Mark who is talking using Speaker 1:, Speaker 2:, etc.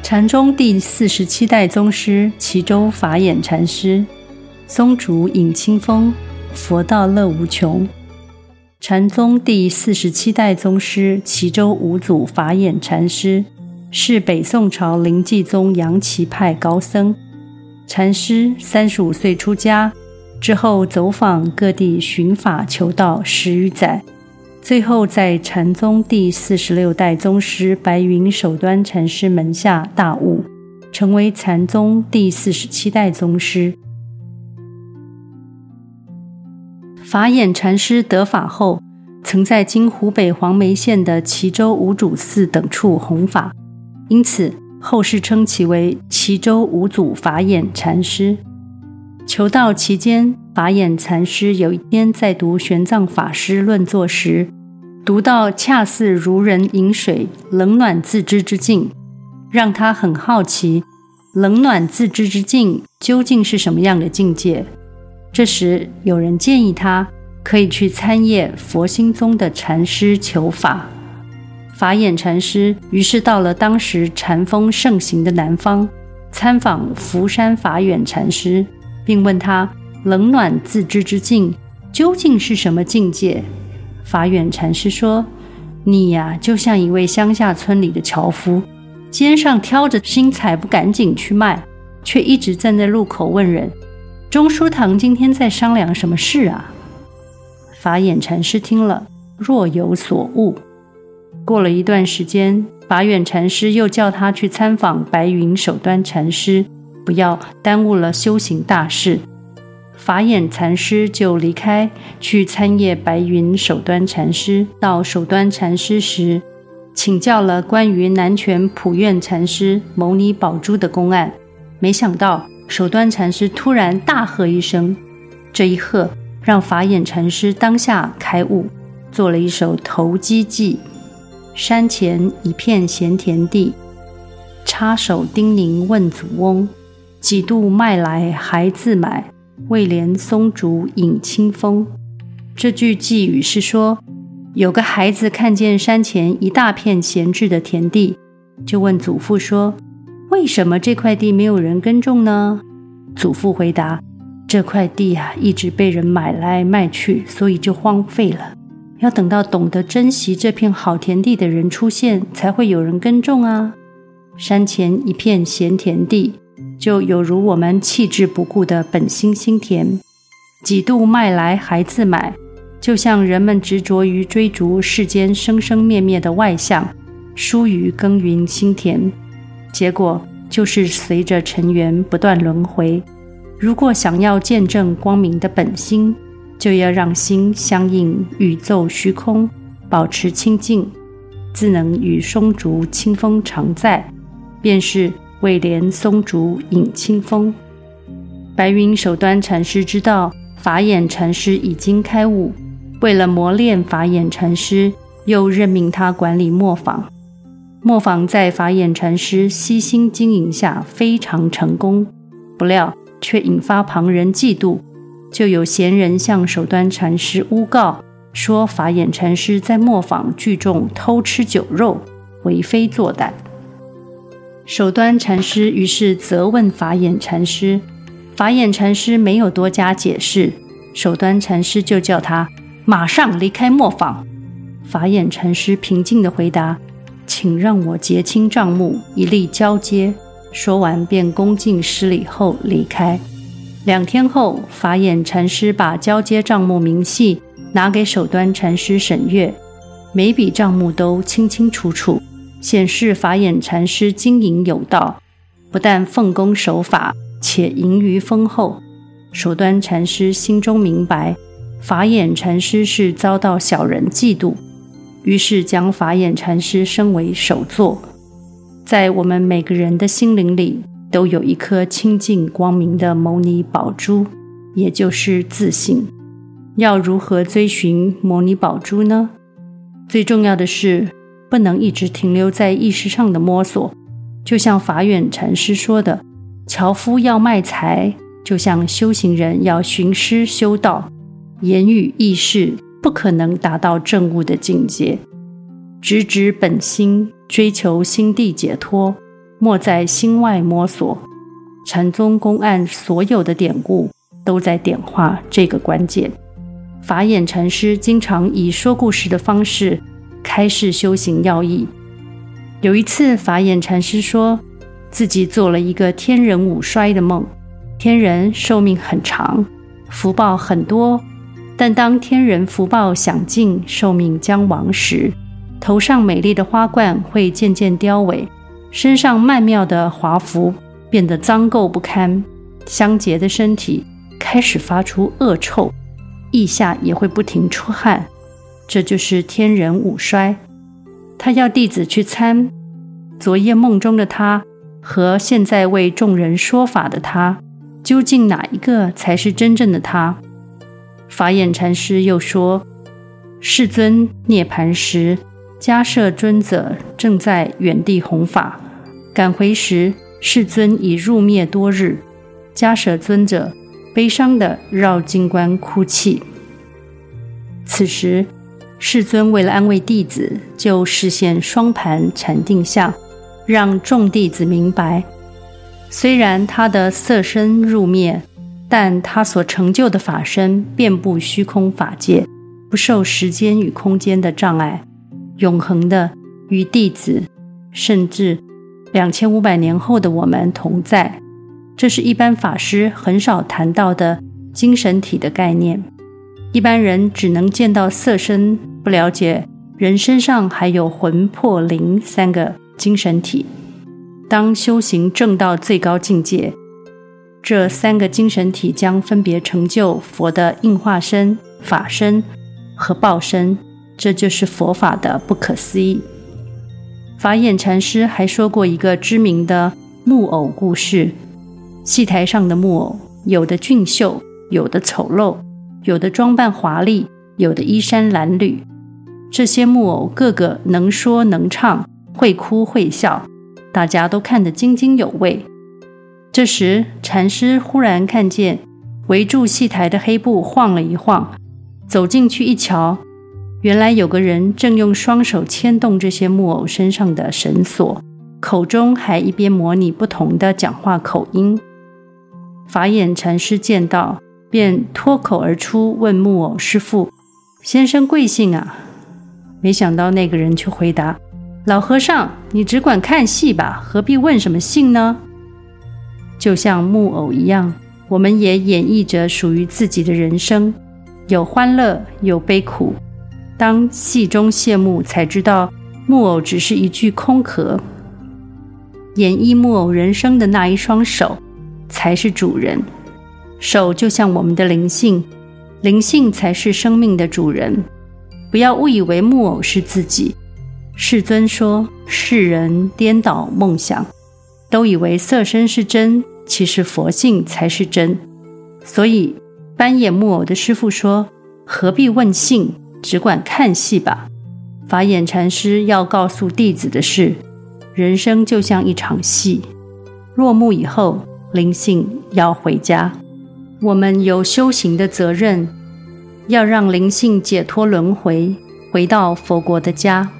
Speaker 1: 禅宗第47代宗师齐州法眼禅师，松竹隐清风，佛道乐无穷。禅宗第47代宗师齐州五祖法眼禅师，是北宋朝临济宗杨岐派高僧。禅师35岁出家，之后走访各地寻法求道10余载，最后在禅宗第46代宗师白云首端禅师门下大悟，成为禅宗第47代宗师。法眼禅师得法后，曾在今湖北黄梅县的齐州五祖寺等处弘法，因此后世称其为齐州五祖法眼禅师。求道期间，法眼禅师有一天在读玄奘法师论作时，读到恰似如人饮水，冷暖自知之境，让他很好奇，冷暖自知之境究竟是什么样的境界。这时有人建议他可以去参谒佛心宗的禅师求法。法眼禅师于是到了当时禅风盛行的南方，参访福山法远禅师，并问他冷暖自知之境究竟是什么境界。法远禅师说，你呀，就像一位乡下村里的樵夫，肩上挑着新菜不赶紧去卖，却一直站在路口问人，中书堂今天在商量什么事啊？法眼禅师听了，若有所悟。过了一段时间，法远禅师又叫他去参访白云首端禅师，不要耽误了修行大事。法眼禅师就离开，去参谒白云首端禅师。到首端禅师时，请教了关于南泉普愿禅师牟尼宝珠的公案。没想到首端禅师突然大喝一声，这一喝让法眼禅师当下开悟，做了一首投机偈：山前一片闲田地，插手叮咛问祖翁，几度卖来还自买，为怜松竹饮清风。这句偈语是说，有个孩子看见山前一大片闲置的田地，就问祖父说，为什么这块地没有人耕种呢？祖父回答，这块地一直被人买来卖去，所以就荒废了，要等到懂得珍惜这片好田地的人出现，才会有人耕种啊。山前一片闲田地，就有如我们弃之不顾的本心心田，几度卖来还自买，就像人们执着于追逐世间生生灭灭的外相，疏于耕耘心田，结果就是随着尘缘不断轮回。如果想要见证光明的本心，就要让心相应宇宙虚空，保持清净，自能与松竹清风常在，便是为怜松竹饮清风。白云首端禅师知道法眼禅师已经开悟，为了磨练法眼禅师，又任命他管理磨坊。磨坊在法眼禅师悉心经营下非常成功，不料却引发旁人嫉妒，就有闲人向首端禅师诬告，说法眼禅师在磨坊聚众偷吃酒肉，为非作歹。首端禅师于是责问法眼禅师，法眼禅师没有多加解释，首端禅师就叫他马上离开磨坊。法眼禅师平静地回答，请让我结清账目，一力交接。说完便恭敬施礼后离开。2天后，法眼禅师把交接账目明细拿给首端禅师审阅，每笔账目都清清楚楚，显示法眼禅师经营有道，不但奉公守法，且盈余丰厚。首端禅师心中明白，法眼禅师是遭到小人嫉妒，于是将法眼禅师升为首座。在我们每个人的心灵里，都有一颗清净光明的牟尼宝珠，也就是自信。要如何追寻牟尼宝珠呢？最重要的是，不能一直停留在意识上的摸索。就像法远禅师说的，樵夫要卖财，就像修行人要寻师修道，言语意识不可能达到证悟的境界。直指本心，追求心地解脱， 莫在心外摸索。禅宗公案所有的典故都在点化这个关键。法眼禅师经常以说故事的方式开示修行要义。有一次，法眼禅师说自己做了一个天人五衰的梦。天人寿命很长，福报很多，但当天人福报享尽，寿命将亡时，头上美丽的花冠会渐渐凋萎，身上曼妙的华服变得脏垢不堪，香洁的身体开始发出恶臭，腋下也会不停出汗，这就是天人五衰。他要弟子去参昨夜梦中的他和现在为众人说法的他，究竟哪一个才是真正的他？法眼禅师又说，世尊涅槃时，迦摄尊者正在远地弘法，赶回时，世尊已入灭多日，迦摄尊者悲伤地绕金冠哭泣。此时世尊为了安慰弟子，就示现双盘禅定相，让众弟子明白，虽然他的色身入灭，但他所成就的法身遍布虚空法界，不受时间与空间的障碍，永恒的与弟子甚至2500年后的我们同在。这是一般法师很少谈到的精神体的概念。一般人只能见到色身，不了解人身上还有魂魄灵3个精神体。当修行证到最高境界，这3个精神体将分别成就佛的应化身、法身和报身，这就是佛法的不可思议。法眼禅师还说过一个知名的木偶故事。戏台上的木偶，有的俊秀，有的丑陋，有的装扮华丽，有的衣衫褴褛。这些木偶个个能说能唱，会哭会笑，大家都看得津津有味。这时禅师忽然看见围住戏台的黑布晃了一晃，走进去一瞧，原来有个人正用双手牵动这些木偶身上的绳索，口中还一边模拟不同的讲话口音。法眼禅师见到，便脱口而出问木偶师父：先生贵姓啊？没想到那个人却回答：老和尚，你只管看戏吧，何必问什么姓呢？就像木偶一样，我们也演绎着属于自己的人生，有欢乐，有悲苦。当戏中谢幕，才知道木偶只是一具空壳。演绎木偶人生的那一双手才是主人。手就像我们的灵性，灵性才是生命的主人。不要误以为木偶是自己。世尊说，世人颠倒梦想，都以为色身是真，其实佛性才是真。所以扮演木偶的师父说，何必问姓，只管看戏吧。法眼禅师要告诉弟子的是，人生就像一场戏，落幕以后，灵性要回家。我们有修行的责任，要让灵性解脱轮回，回到佛国的家。